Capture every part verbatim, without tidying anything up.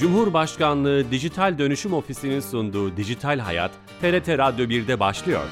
Cumhurbaşkanlığı Dijital Dönüşüm Ofisi'nin sunduğu Dijital Hayat, T R T Radyo bir'de başlıyor.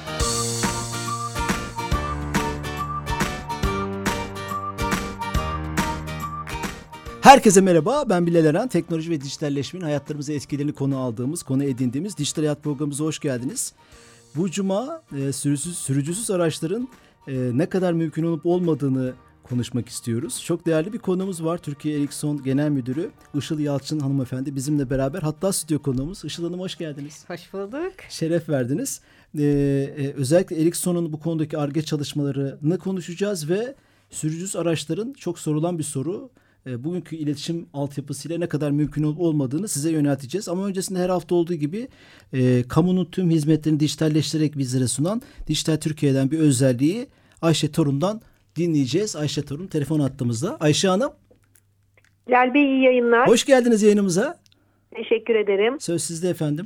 Herkese merhaba, ben Bilal Eren. Teknoloji ve dijitalleşmenin hayatlarımıza etkilerini konu aldığımız, konu edindiğimiz Dijital Hayat programımıza hoş geldiniz. Bu cuma e, sürücüsüz, sürücüsüz araçların e, ne kadar mümkün olup olmadığını konuşmak istiyoruz. Çok değerli bir konuğumuz var. Türkiye Ericsson Genel Müdürü Işıl Yalçın hanımefendi bizimle beraber. Hatta stüdyo konuğumuz. Işıl Hanım hoş geldiniz. Hoş bulduk. Şeref verdiniz. Ee, e, özellikle Ericsson'un bu konudaki Ar-Ge çalışmalarını konuşacağız ve sürücüsüz araçların çok sorulan bir soru. E, bugünkü iletişim altyapısıyla ne kadar mümkün olup olmadığını size yönelteceğiz. Ama öncesinde her hafta olduğu gibi e, kamunun tüm hizmetlerini dijitalleştirerek bizlere sunan Dijital Türkiye'den bir özelliği Ayşe Torun'dan dinleyeceğiz. Ayşe Torun telefon hattımızda. Ayşe Hanım. Bilal Bey iyi yayınlar. Hoş geldiniz yayınımıza. Teşekkür ederim. Söz sizde efendim.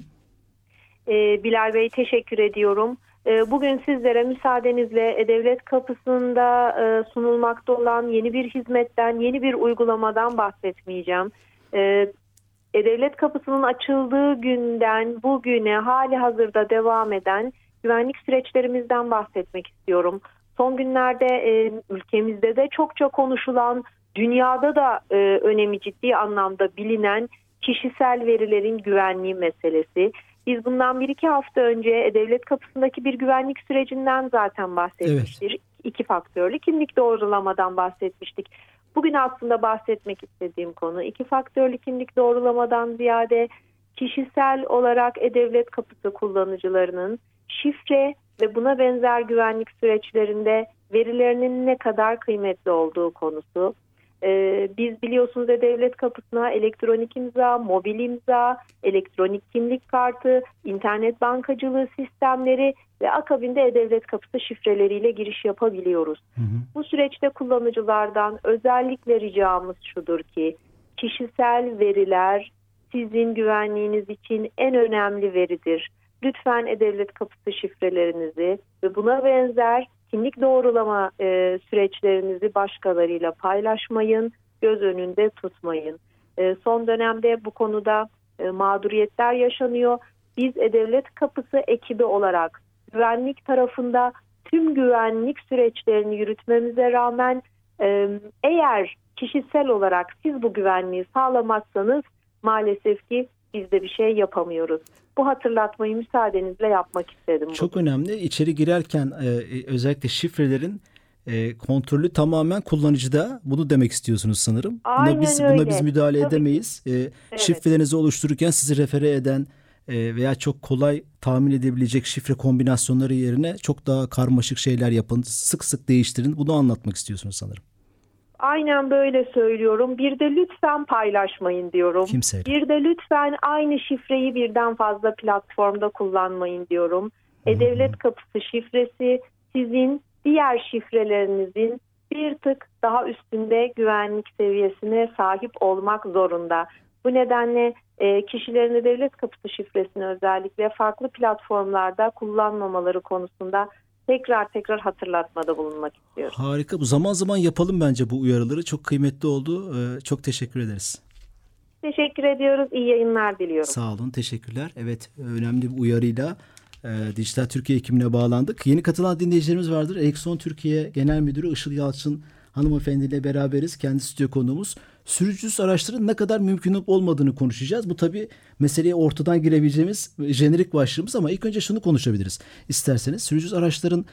Ee, Bilal Bey teşekkür ediyorum. Ee, bugün sizlere müsaadenizle E-Devlet Kapısı'nda e, sunulmakta olan yeni bir hizmetten, yeni bir uygulamadan bahsetmeyeceğim. Ee, E-Devlet Kapısı'nın açıldığı günden bugüne hali hazırda devam eden güvenlik süreçlerimizden bahsetmek istiyorum. Son günlerde e, ülkemizde de çokça konuşulan, dünyada da e, önemi ciddi anlamda bilinen kişisel verilerin güvenliği meselesi. Biz bundan bir iki hafta önce E-Devlet Kapısı'ndaki bir güvenlik sürecinden zaten bahsetmiştik. Evet. İki faktörlü kimlik doğrulamadan bahsetmiştik. Bugün aslında bahsetmek istediğim konu iki faktörlü kimlik doğrulamadan ziyade kişisel olarak E-Devlet Kapısı kullanıcılarının şifre ve buna benzer güvenlik süreçlerinde verilerinin ne kadar kıymetli olduğu konusu. Ee, biz biliyorsunuz E-Devlet Kapısı'na elektronik imza, mobil imza, elektronik kimlik kartı, internet bankacılığı sistemleri ve akabinde E-Devlet Kapısı şifreleriyle giriş yapabiliyoruz. Hı hı. Bu süreçte kullanıcılardan özellikle ricamız şudur ki kişisel veriler sizin güvenliğiniz için en önemli veridir. Lütfen E-Devlet Kapısı şifrelerinizi ve buna benzer kimlik doğrulama e, süreçlerinizi başkalarıyla paylaşmayın, göz önünde tutmayın. E, son dönemde bu konuda e, mağduriyetler yaşanıyor. Biz E-Devlet Kapısı ekibi olarak güvenlik tarafında tüm güvenlik süreçlerini yürütmemize rağmen e, eğer kişisel olarak siz bu güvenliği sağlamazsanız maalesef ki biz de bir şey yapamıyoruz. Bu hatırlatmayı müsaadenizle yapmak istedim. Çok bugün önemli. İçeri girerken e, özellikle şifrelerin e, kontrolü tamamen kullanıcıda. Bunu demek istiyorsunuz sanırım. Aynen buna biz, öyle. Buna biz müdahale Tabii edemeyiz. E, evet. Şifrelerinizi oluştururken sizi refere eden e, veya çok kolay tahmin edebilecek şifre kombinasyonları yerine çok daha karmaşık şeyler yapın. Sık sık değiştirin. Bunu anlatmak istiyorsunuz sanırım. Aynen böyle söylüyorum. Bir de lütfen paylaşmayın diyorum. Kimseyle. Bir de lütfen aynı şifreyi birden fazla platformda kullanmayın diyorum. Hmm. E-Devlet Kapısı şifresi sizin diğer şifrelerinizin bir tık daha üstünde güvenlik seviyesine sahip olmak zorunda. Bu nedenle e, kişilerin E-Devlet Kapısı şifresini özellikle farklı platformlarda kullanmamaları konusunda tekrar tekrar hatırlatmada bulunmak istiyorum. Harika. Bu zaman zaman yapalım bence bu uyarıları. Çok kıymetli oldu. Ee, çok teşekkür ederiz. Teşekkür ediyoruz. İyi yayınlar diliyorum. Sağ olun. Teşekkürler. Evet, önemli bir uyarıyla e, Dijital Türkiye ekibine bağlandık. Yeni katılan dinleyicilerimiz vardır. Ericsson Türkiye Genel Müdürü Işıl Yalçın hanımefendiyle beraberiz. Kendi stüdyo konuğumuz. Sürücüsüz araçların ne kadar mümkün olup olmadığını konuşacağız. Bu tabii meseleye ortadan girebileceğimiz jenerik başlığımız ama ilk önce şunu konuşabiliriz. İsterseniz sürücüsüz araçların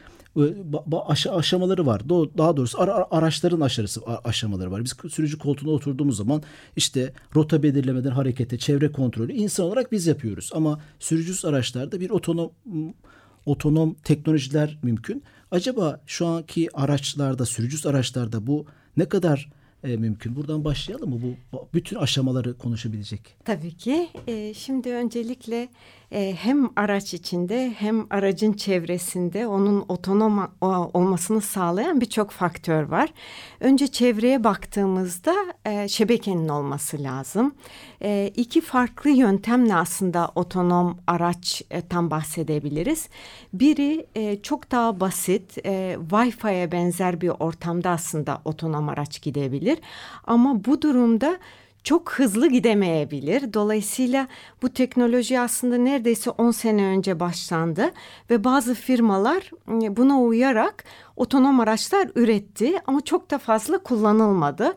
aşamaları var. Daha doğrusu araçların aşarısı, aşamaları var. Biz sürücü koltuğuna oturduğumuz zaman işte rota belirlemeden harekete, çevre kontrolü insan olarak biz yapıyoruz. Ama sürücüsüz araçlarda bir otonom otonom teknolojiler mümkün. Acaba şu anki araçlarda, sürücüsüz araçlarda bu ne kadar E, mümkün? Buradan başlayalım mı? Bu bütün aşamaları konuşabilecek. Tabii ki. E, şimdi öncelikle e, hem araç içinde hem aracın çevresinde onun otonom olmasını sağlayan birçok faktör var. Önce çevreye baktığımızda e, şebekenin olması lazım. E, iki farklı yöntemle aslında otonom araçtan bahsedebiliriz. Biri e, çok daha basit, e, Wi-Fi'ye benzer bir ortamda aslında otonom araç gidebilir. Ama bu durumda çok hızlı gidemeyebilir. Dolayısıyla bu teknoloji aslında neredeyse on sene önce başlandı ve bazı firmalar buna uyarak otonom araçlar üretti ama çok da fazla kullanılmadı.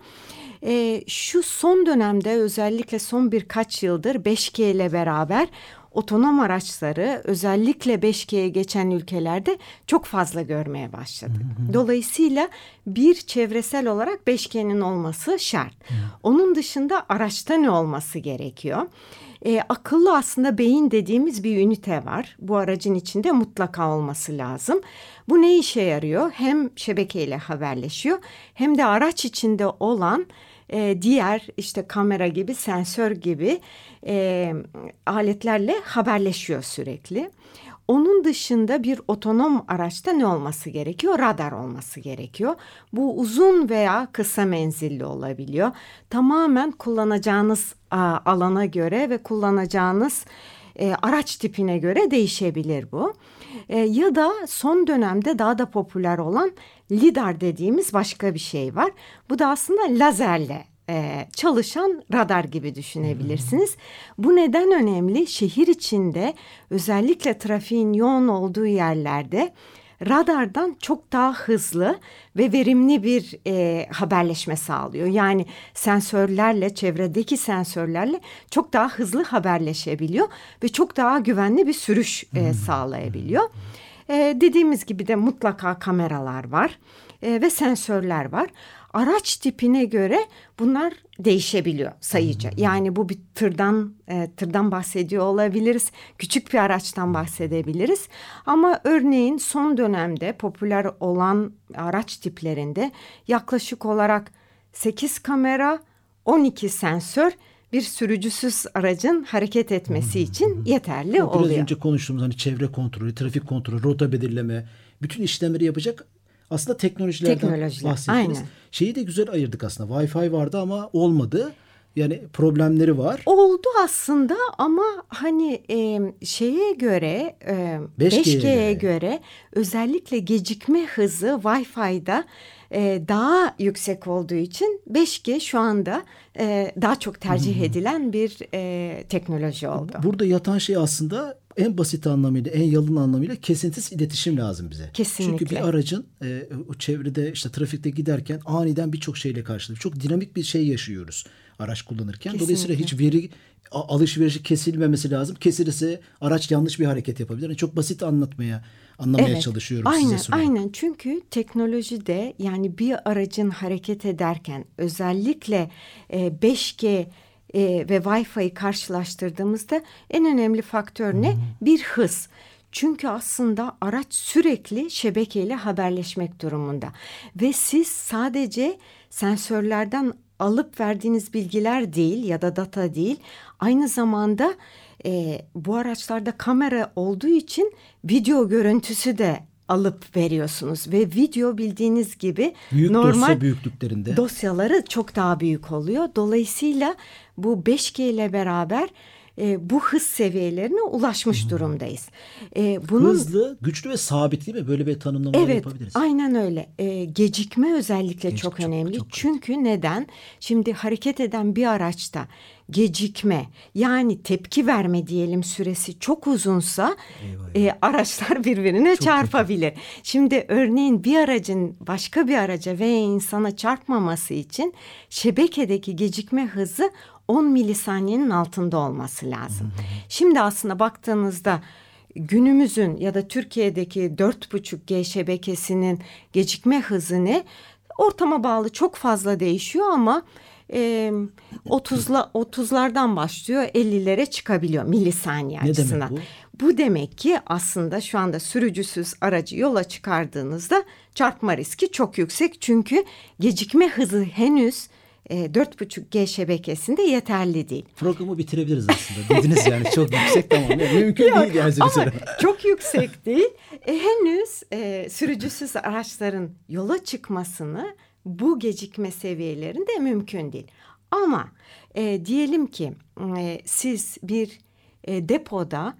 E, şu son dönemde özellikle son birkaç yıldır beş G ile beraber otonom araçları özellikle beş G'ye geçen ülkelerde çok fazla görmeye başladık. Hı hı. Dolayısıyla bir çevresel olarak beş G'nin olması şart. Hı. Onun dışında araçta ne olması gerekiyor? E, akıllı aslında beyin dediğimiz bir ünite var. Bu aracın içinde mutlaka olması lazım. Bu ne işe yarıyor? Hem şebekeyle haberleşiyor hem de araç içinde olan e, diğer işte kamera gibi, sensör gibi e, aletlerle haberleşiyor sürekli. Onun dışında bir otonom araçta ne olması gerekiyor? Radar olması gerekiyor. Bu uzun veya kısa menzilli olabiliyor. Tamamen kullanacağınız a, alana göre ve kullanacağınız e, araç tipine göre değişebilir bu. E, ya da son dönemde daha da popüler olan lidar dediğimiz başka bir şey var. Bu da aslında lazerle Ee, çalışan radar gibi düşünebilirsiniz. Hmm. Bu neden önemli? Şehir içinde özellikle trafiğin yoğun olduğu yerlerde radardan çok daha hızlı ve verimli bir e, haberleşme sağlıyor. Yani sensörlerle, çevredeki sensörlerle çok daha hızlı haberleşebiliyor ve çok daha güvenli bir sürüş e, hmm. sağlayabiliyor. E, dediğimiz gibi de mutlaka kameralar var e, ve sensörler var. Araç tipine göre bunlar değişebiliyor sayıca. Yani bu bir tırdan e, tırdan bahsediyor olabiliriz. Küçük bir araçtan bahsedebiliriz. Ama örneğin son dönemde popüler olan araç tiplerinde yaklaşık olarak sekiz kamera, on iki sensör bir sürücüsüz aracın hareket etmesi için yeterli Biraz oluyor. Biraz önce konuştuğumuz hani çevre kontrolü, trafik kontrolü, rota belirleme, bütün işlemleri yapacak aslında teknolojilerden Teknolojiler, bahsettiniz. aynen. Şeyi de güzel ayırdık aslında. Wi-Fi vardı ama olmadı. Yani problemleri var. Oldu aslında ama hani e, şeye göre e, beş G'ye göre. göre özellikle gecikme hızı Wi-Fi'da e, daha yüksek olduğu için beş G şu anda e, daha çok tercih hmm. edilen bir e, teknoloji oldu. Burada yatan şey aslında en basit anlamıyla, en yalın anlamıyla kesintisiz iletişim lazım bize. Kesinlikle. Çünkü bir aracın e, o çevrede işte trafikte giderken aniden birçok şeyle karşılaşıyoruz. Çok dinamik bir şey yaşıyoruz araç kullanırken. Kesinlikle. Dolayısıyla hiç veri alışverişi kesilmemesi lazım. Kesilirse araç yanlış bir hareket yapabilir. Yani çok basit anlatmaya, anlamaya evet, çalışıyorum aynen, size sunuyorum. Aynen. Çünkü teknolojide yani bir aracın hareket ederken özellikle e, beş G e, ve Wi-Fi'yi karşılaştırdığımızda en önemli faktör ne? Hmm. Bir hız. Çünkü aslında araç sürekli şebekeyle haberleşmek durumunda. Ve siz sadece sensörlerden alıp verdiğiniz bilgiler değil ya da data değil, aynı zamanda e, bu araçlarda kamera olduğu için video görüntüsü de alıp veriyorsunuz ve video bildiğiniz gibi büyük normal dosya büyüklüklerinde dosyaları çok daha büyük oluyor. Dolayısıyla bu beş G ile beraber e, bu hız seviyelerine ulaşmış hmm. durumdayız. E, bunun, Hızlı, güçlü ve sabit değil mi? Böyle bir tanımlama evet, yapabiliriz. Evet, aynen öyle. E, gecikme özellikle Gecik, çok, çok önemli. Çok Çünkü neden? Şimdi hareket eden bir araçta gecikme yani tepki verme diyelim süresi çok uzunsa e, araçlar birbirine çok çarpabilir. Kötü. Şimdi örneğin bir aracın başka bir araca veya insana çarpmaması için şebekedeki gecikme hızı on milisaniyenin altında olması lazım. Hı hı. Şimdi aslında baktığınızda günümüzün ya da Türkiye'deki dört buçuk G şebekesinin gecikme hızı ne? Ortama bağlı çok fazla değişiyor ama e, otuzla otuzlardan başlıyor ellilere çıkabiliyor milisaniye ne açısından. Demek bu? Bu demek ki aslında şu anda sürücüsüz aracı yola çıkardığınızda çarpma riski çok yüksek. Çünkü gecikme hızı henüz E, dört buçuk G şebekesinde yeterli değil. Programı bitirebiliriz aslında. Dediniz yani çok yüksek tamam. Mümkün Yok, değil yani. Ama çok yüksek değil. E, henüz e, sürücüsüz araçların yola çıkmasını bu gecikme seviyelerinde mümkün değil. Ama e, diyelim ki e, siz bir e, depoda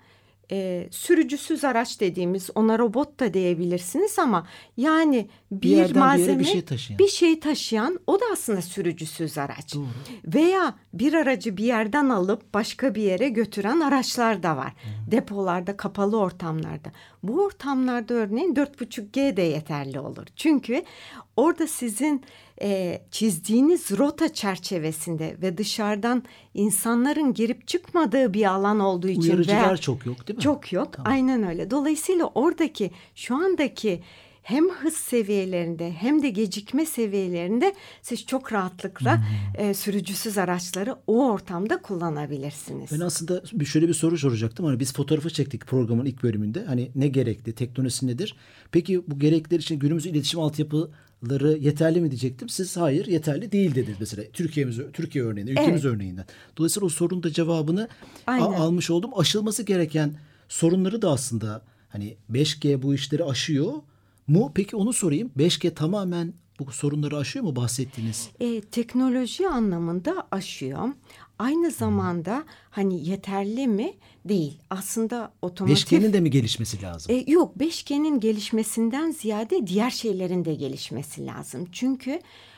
e, sürücüsüz araç dediğimiz, ona robot da diyebilirsiniz ama yani bir, Bir yerden bir yere malzeme bir şey taşıyan. bir şey taşıyan, o da aslında sürücüsüz araç. Doğru. Veya bir aracı bir yerden alıp başka bir yere götüren araçlar da var. Hmm. Depolarda, kapalı ortamlarda. Bu ortamlarda örneğin dört buçuk G de yeterli olur. Çünkü orada sizin e, çizdiğiniz rota çerçevesinde ve dışarıdan insanların girip çıkmadığı bir alan olduğu için Uyarıcılar veya çok yok değil mi? çok yok. Tamam. Aynen öyle. Dolayısıyla oradaki şu andaki hem hız seviyelerinde hem de gecikme seviyelerinde siz çok rahatlıkla Hmm. e, sürücüsüz araçları o ortamda kullanabilirsiniz. Ben aslında bir şöyle bir soru soracaktım. Hani biz fotoğrafı çektik programın ilk bölümünde. Hani ne gerekli, teknolojisi nedir? Peki bu gerekliler için günümüz iletişim altyapıları yeterli mi diyecektim. Siz hayır, yeterli değil dediniz mesela. Türkiye'miz, Türkiye örneğinde, ülkemiz Evet. örneğinden. Dolayısıyla o sorunun da cevabını Aynen. a- almış oldum. Aşılması gereken sorunları da aslında hani beş G bu işleri aşıyor mu? Peki onu sorayım. beş G tamamen bu sorunları aşıyor mu bahsettiğiniz? E, teknoloji anlamında aşıyor. Aynı zamanda hani yeterli mi? Değil. Aslında otomotiv... beş G'nin de mi gelişmesi lazım? E, yok, beş G'nin gelişmesinden ziyade diğer şeylerin de gelişmesi lazım. Çünkü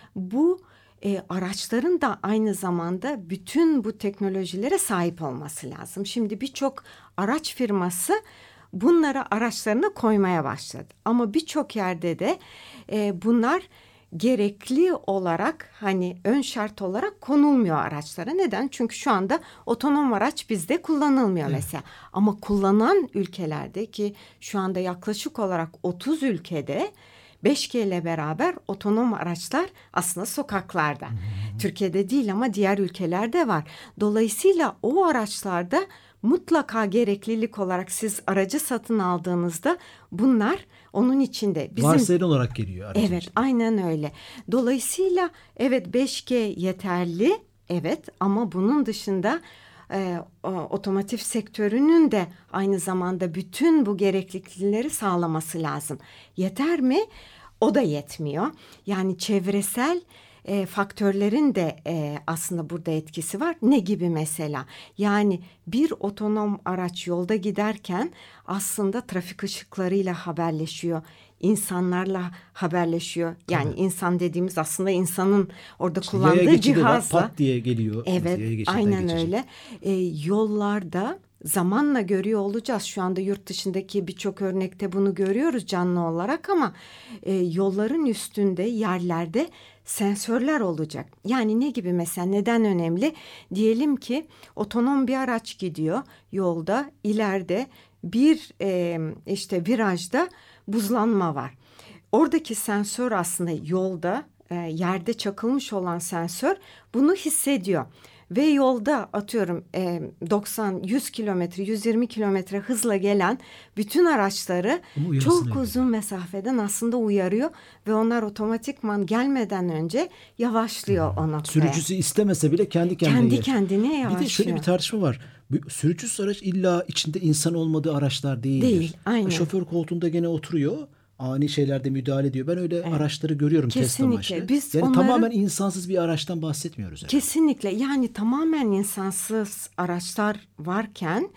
bu e, araçların da aynı zamanda bütün bu teknolojilere sahip olması lazım. Şimdi birçok araç firması bunlara araçlarına koymaya başladı. Ama birçok yerde de e, bunlar gerekli olarak, hani ön şart olarak konulmuyor araçlara. Neden? Çünkü şu anda otonom araç bizde kullanılmıyor mesela. Ama kullanan ülkelerde, ki şu anda yaklaşık olarak otuz ülkede beş G ile beraber otonom araçlar aslında sokaklarda. Hmm. Türkiye'de değil ama diğer ülkelerde var. Dolayısıyla o araçlarda mutlaka gereklilik olarak siz aracı satın aldığınızda bunlar onun içinde. Bizim... Varsayılan olarak geliyor aracın Evet, içinde. aynen öyle. Dolayısıyla evet beş G yeterli, evet, ama bunun dışında e, o, otomotiv sektörünün de aynı zamanda bütün bu gereklilikleri sağlaması lazım. Yeter mi? O da yetmiyor. Yani çevresel e, faktörlerin de e, aslında burada etkisi var. Ne gibi mesela? Yani bir otonom araç yolda giderken aslında trafik ışıklarıyla haberleşiyor. İnsanlarla haberleşiyor. Yani Tabii. insan dediğimiz aslında insanın orada İşte kullandığı yaya geçidi var, cihazla. pat diye geliyor. Evet, Yaya geçidinden aynen geçecek. öyle. E, yollarda zamanla görüyor olacağız. Şu anda yurt dışındaki birçok örnekte bunu görüyoruz canlı olarak ama e, yolların üstünde, yerlerde sensörler olacak. Yani ne gibi mesela, neden önemli? Diyelim ki otonom bir araç gidiyor yolda, ileride bir e, işte virajda buzlanma var. Oradaki sensör aslında yolda, e, yerde çakılmış olan sensör bunu hissediyor. Ve yolda atıyorum e, doksan yüz kilometre, yüz yirmi kilometre hızla gelen bütün araçları Ama uyarısını çok veriyor. uzun mesafeden aslında uyarıyor ve onlar otomatikman gelmeden önce yavaşlıyor o noktaya. Sürücüsü istemese bile kendi kendine. Kendi yer. kendine Bir yavaşlıyor. de şöyle bir tartışma var. Bu sürücüsüz araç illa içinde insan olmadığı araçlar değildir. Değil, aynen. Şoför koltuğunda gene oturuyor. Ani şeylerde müdahale ediyor. Ben öyle Evet. araçları görüyorum test Kesinlikle. amaçlı. Biz yani onları- tamamen insansız bir araçtan bahsetmiyoruz. herhalde. Kesinlikle, yani tamamen insansız araçlar varken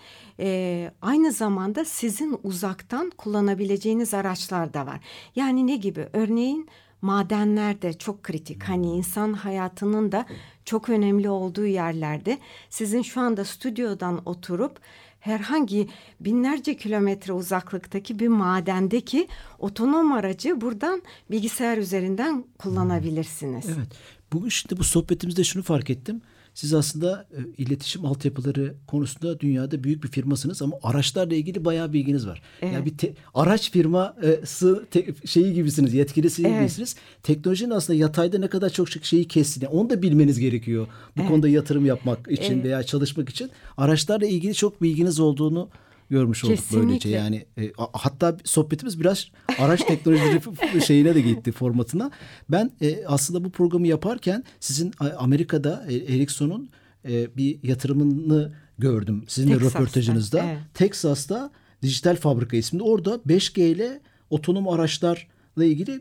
e, aynı zamanda sizin uzaktan kullanabileceğiniz araçlar da var. Yani ne gibi? Örneğin madenler de çok kritik. Hani insan hayatının da çok önemli olduğu yerlerde sizin şu anda stüdyodan oturup herhangi binlerce kilometre uzaklıktaki bir madendeki otonom aracı buradan bilgisayar üzerinden kullanabilirsiniz. Evet. Bugün şimdi bu sohbetimizde şunu fark ettim. Siz aslında e, iletişim altyapıları konusunda dünyada büyük bir firmasınız ama araçlarla ilgili bayağı bilginiz var. Evet. Yani bir te- araç firması te- şeyi gibisiniz, yetkilisi Evet. gibisiniz. Teknolojinin aslında yatayda ne kadar çok şeyi kestiğini, onu da bilmeniz gerekiyor. Bu konuda yatırım yapmak için Evet. veya çalışmak için araçlarla ilgili çok bilginiz olduğunu görmüş olduk Kesinlikle. böylece. Yani e, a- hatta sohbetimiz biraz araç teknolojileri şeyine de gitti, formatına. Ben e, aslında bu programı yaparken sizin A- Amerika'da e, Ericsson'un e, bir yatırımını gördüm. Sizin de Texas'ta, röportajınızda. evet. Texas'ta Dijital Fabrika isminde. Orada beş G ile otonom araçlarla ilgili bir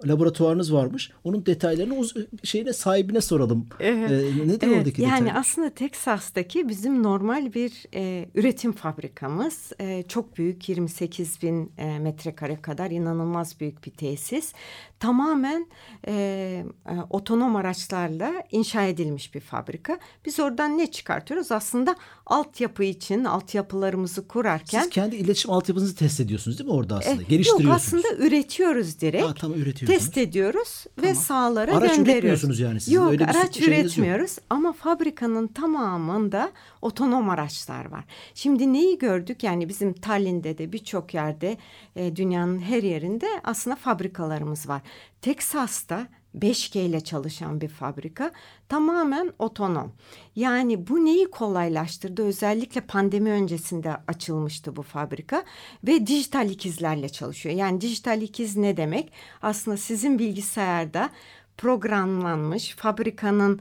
laboratuvarınız varmış. Onun detaylarını uz- şeyine sahibine soralım. Evet. Ee, nedir Evet, oradaki yani detaylar? aslında Teksas'taki bizim normal bir e, üretim fabrikamız. E, çok büyük, yirmi sekiz bin e, metrekare kadar inanılmaz büyük bir tesis. Tamamen e, e, otonom araçlarla inşa edilmiş bir fabrika. Biz oradan ne çıkartıyoruz? Aslında altyapı için altyapılarımızı kurarken... Siz kendi iletişim altyapınızı test ediyorsunuz değil mi orada aslında? E, Geliştiriyorsunuz. Yok, aslında üretiyoruz direkt. Ha, tamam, üretiyorsunuz. Test ediyoruz ve Tamam. sahalara Araç gönderiyoruz. üretmiyorsunuz yani sizin, Yok, öyle bir araç şeyiniz yok. üretmiyoruz ama fabrikanın tamamında otonom araçlar var. Şimdi neyi gördük? Yani bizim Tallinn'de de birçok yerde, e, dünyanın her yerinde aslında fabrikalarımız var. Teksas'ta beş G ile çalışan bir fabrika, tamamen otonom. Yani bu neyi kolaylaştırdı? Özellikle pandemi öncesinde açılmıştı bu fabrika ve dijital ikizlerle çalışıyor. Yani dijital ikiz ne demek? Aslında sizin bilgisayarda programlanmış fabrikanın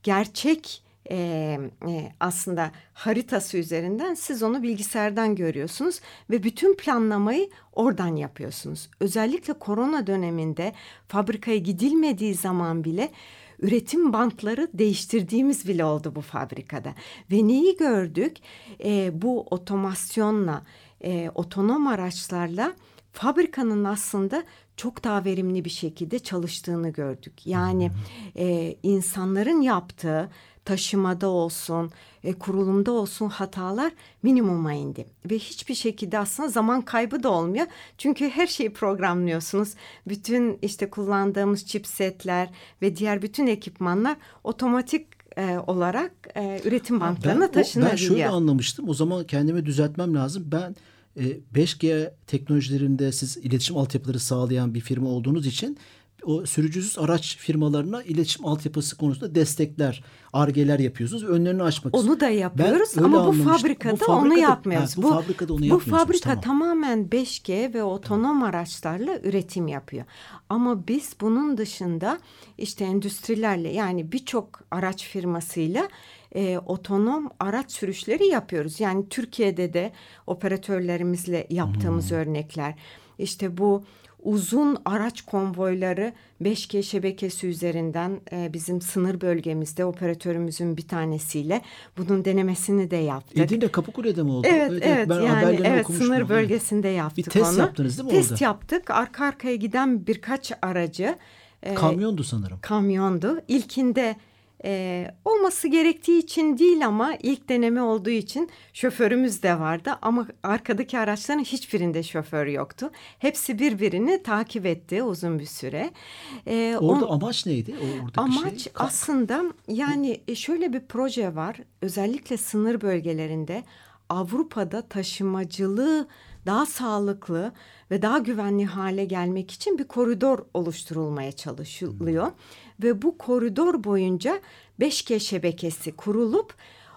gerçek e, e, aslında haritası üzerinden siz onu bilgisayardan görüyorsunuz ve bütün planlamayı oradan yapıyorsunuz. Özellikle korona döneminde fabrikaya gidilmediği zaman bile üretim bantları değiştirdiğimiz bile oldu bu fabrikada. Ve neyi gördük? E, bu otomasyonla, e, otonom araçlarla fabrikanın aslında çok daha verimli bir şekilde çalıştığını gördük. Yani e, insanların yaptığı taşımada olsun, e, kurulumda olsun hatalar minimuma indi. Ve hiçbir şekilde aslında zaman kaybı da olmuyor. Çünkü her şeyi programlıyorsunuz. Bütün işte kullandığımız chipsetler ve diğer bütün ekipmanlar otomatik e, olarak e, üretim bantlarına Ben, o, taşınabiliyor. ben şöyle anlamıştım. O zaman kendimi düzeltmem lazım. Ben e, beş G teknolojilerinde siz iletişim altyapıları sağlayan bir firma olduğunuz için o sürücüsüz araç firmalarına iletişim altyapısı konusunda destekler, Ar-Ge'ler yapıyorsunuz. Önlerini açmak Onu da yapıyoruz Ben öyle ama bu anlamıştım. fabrikada, Bu fabrikada- onu yapmıyoruz. Ha, bu fabrikada onu bu yapmıyorsunuz, fabrika tamam. tamamen beş G ve otonom araçlarla üretim yapıyor. Ama biz bunun dışında işte endüstrilerle, yani birçok araç firmasıyla e, otonom araç sürüşleri yapıyoruz. Yani Türkiye'de de operatörlerimizle yaptığımız Hmm. örnekler. İşte bu uzun araç konvoyları beş G şebekesi üzerinden e, bizim sınır bölgemizde operatörümüzün bir tanesiyle bunun denemesini de yaptık. Edirne Kapıkule'de mi oldu? Evet, evet, ben yani haberlerini evet, okumuştum. sınır Evet. bölgesinde yaptık Bir test onu. yaptınız değil mi Test orada? yaptık. Arka arkaya giden birkaç aracı. e, Kamyondu sanırım. Kamyondu. İlkinde e, olması gerektiği için değil ama ilk deneme olduğu için şoförümüz de vardı. Ama arkadaki araçların hiçbirinde şoför yoktu. Hepsi birbirini takip etti uzun bir süre. E, Orada on- amaç neydi? O, oradaki Amaç şey? Ka- aslında yani şöyle bir proje var. Özellikle sınır bölgelerinde Avrupa'da taşımacılığı daha sağlıklı ve daha güvenli hale gelmek için bir koridor oluşturulmaya çalışılıyor. Ve bu koridor boyunca beş G şebekesi kurulup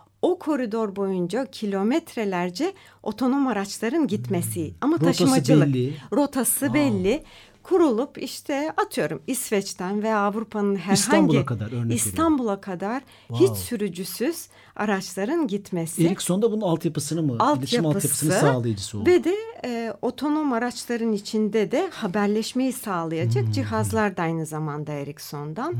o koridor boyunca kilometrelerce otonom araçların gitmesi. Ama Rotası taşımacılık belli. rotası Wow. belli. Kurulup işte atıyorum İsveç'ten veya Avrupa'nın herhangi İstanbul'a kadar örnek veriyorum. İstanbul'a kadar Wow. hiç sürücüsüz araçların gitmesi. Ericsson da bunun altyapısını mı? İletişim altyapısının sağlayıcısı oldu. Ve de e, otonom araçların içinde de haberleşmeyi sağlayacak Hmm. cihazlar da aynı zamanda Ericsson'dan.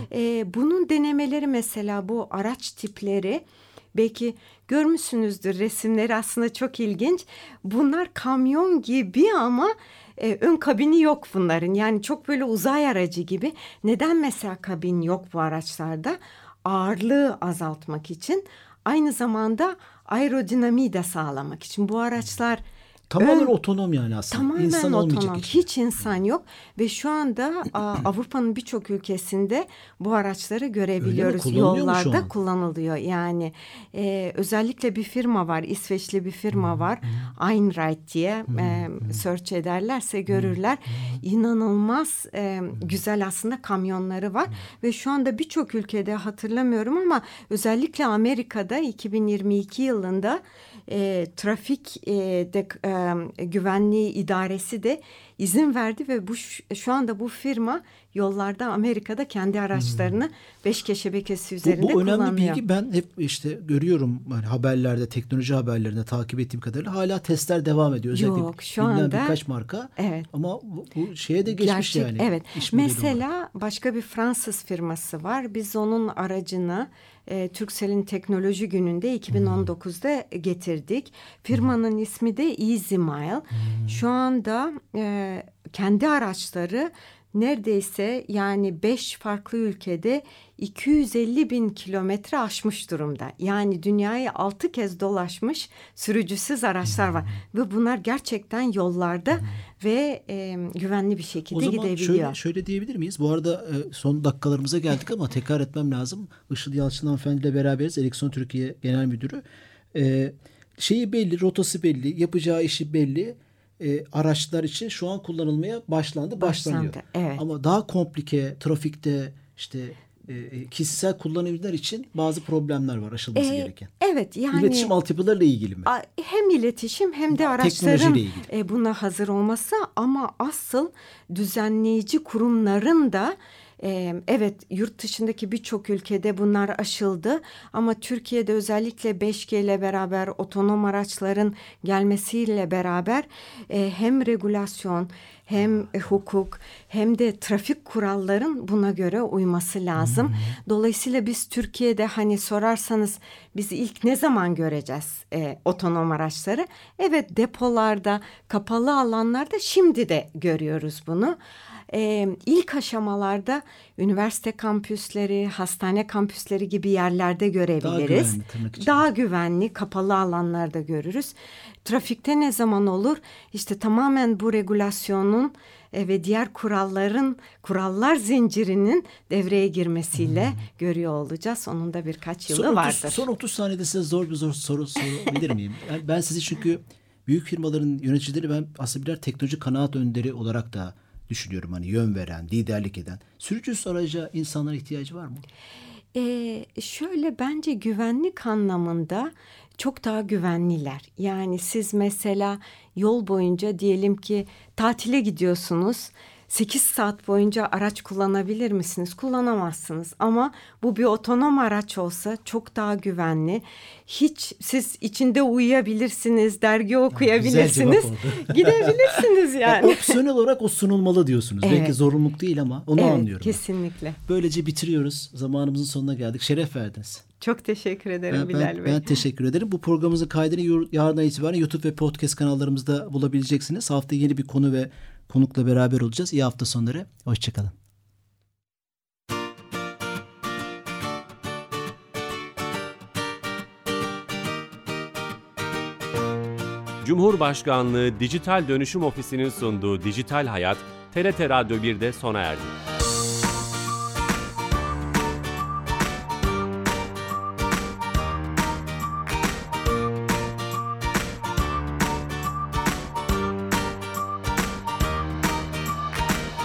E, bunun denemeleri mesela bu araç tipleri belki görmüşsünüzdür, resimleri aslında çok ilginç. Bunlar kamyon gibi ama e, ön kabini yok bunların. Yani çok böyle uzay aracı gibi. Neden mesela kabin yok bu araçlarda? Ağırlığı azaltmak için. Aynı zamanda aerodinamiği de sağlamak için. Bu araçlar Tamamen ön- otonom yani aslında. Tamamen İnsan olmayacak otonom. için. Hiç insan yok ve şu anda a, Avrupa'nın birçok ülkesinde bu araçları görebiliyoruz. Kullanılıyor mu şu Yollarda an? kullanılıyor. Yani e, özellikle bir firma var, İsveçli bir firma var. Einride diye e, search ederlerse görürler. İnanılmaz e, güzel aslında kamyonları var ve şu anda birçok ülkede hatırlamıyorum ama özellikle Amerika'da iki bin yirmi iki yılında e, trafik e, de, e, güvenliği idaresi de izin verdi ve bu şu anda bu firma yollarda Amerika'da kendi araçlarını beş G şebekesi üzerinde bu, bu önemli kullanıyor. bilgi. Ben hep işte görüyorum hani haberlerde, teknoloji haberlerinde takip ettiğim kadarıyla hala testler devam ediyor. Özellikle Yok, şu bilinen anda birkaç marka. evet. Ama bu, bu şeye de geçmiş Gerçek, yani. evet. İş modeli olarak. Mesela başka bir Fransız firması var. Biz onun aracını e, Turkcell'in teknoloji gününde iki bin on dokuzda getirdik. Firmanın hmm. ismi de EasyMile. Hmm. Şu anda e, kendi araçları neredeyse yani beş farklı ülkede iki yüz elli bin kilometre aşmış durumda. Yani dünyayı altı kez dolaşmış sürücüsüz araçlar var. Hmm. Ve bunlar gerçekten yollarda hmm. ve e, güvenli bir şekilde gidebiliyor. O zaman şöyle, şöyle diyebilir miyiz? Bu arada e, son dakikalarımıza geldik ama tekrar etmem lazım. Işıl Yalçın hanımefendiyle beraberiz. Ericsson Türkiye Genel Müdürü. E, şeyi belli, rotası belli, yapacağı işi belli. E, araçlar için şu an kullanılmaya başlandı, başlanıyor. Başlandı, evet. Ama daha komplike, trafikte işte e, kişisel kullanımlar için bazı problemler var aşılması ee, gereken. Evet yani. İletişim altyapılarıyla ilgili mi? Hem iletişim hem de araçların ilgili. buna hazır olması ama asıl düzenleyici kurumların da Ee, evet yurt dışındaki birçok ülkede bunlar aşıldı ama Türkiye'de özellikle beş G ile beraber otonom araçların gelmesiyle beraber e, hem regülasyon hem e, hukuk hem de trafik kuralların buna göre uyması lazım. Hmm. Dolayısıyla biz Türkiye'de hani sorarsanız biz ilk ne zaman göreceğiz e, otonom araçları? Evet depolarda, kapalı alanlarda şimdi de görüyoruz bunu. Ee, ilk aşamalarda üniversite kampüsleri, hastane kampüsleri gibi yerlerde görebiliriz. Daha güvenli, Daha güvenli, kapalı alanlarda görürüz. Trafikte ne zaman olur? İşte tamamen bu regülasyonun e, ve diğer kuralların, kurallar zincirinin devreye girmesiyle hmm. görüyor olacağız. Onun da birkaç yılı son otuz, vardır. Son otuz saniyede size zor bir zor soru sorabilir miyim? Yani ben sizi çünkü büyük firmaların yöneticileri ben aslında birer teknoloji kanaat önderi olarak da düşünüyorum, hani yön veren, liderlik eden. Sürücüsüz araca insanlara ihtiyacı var mı? Ee, şöyle bence güvenlik anlamında çok daha güvenliler. Yani siz mesela yol boyunca diyelim ki tatile gidiyorsunuz. sekiz saat boyunca araç kullanabilir misiniz? Kullanamazsınız ama bu bir otonom araç olsa çok daha güvenli. Hiç siz içinde uyuyabilirsiniz, dergi okuyabilirsiniz. Gidebilirsiniz yani. yani. Opsiyonel olarak o sunulmalı diyorsunuz. Evet. Belki zorunluluk değil ama onu evet, anlıyorum. Kesinlikle. Ben. Böylece bitiriyoruz. Zamanımızın sonuna geldik. Şeref verdiniz. Çok teşekkür ederim ben, Bilal ben, Bey. Ben teşekkür ederim. Bu programımızın kaydını yarından itibaren YouTube ve podcast kanallarımızda bulabileceksiniz. Haftaya yeni bir konu ve konukla beraber olacağız. İyi hafta sonları. Hoşçakalın. Cumhurbaşkanlığı Dijital Dönüşüm Ofisi'nin sunduğu Dijital Hayat, T R T Radyo bir'de sona erdi.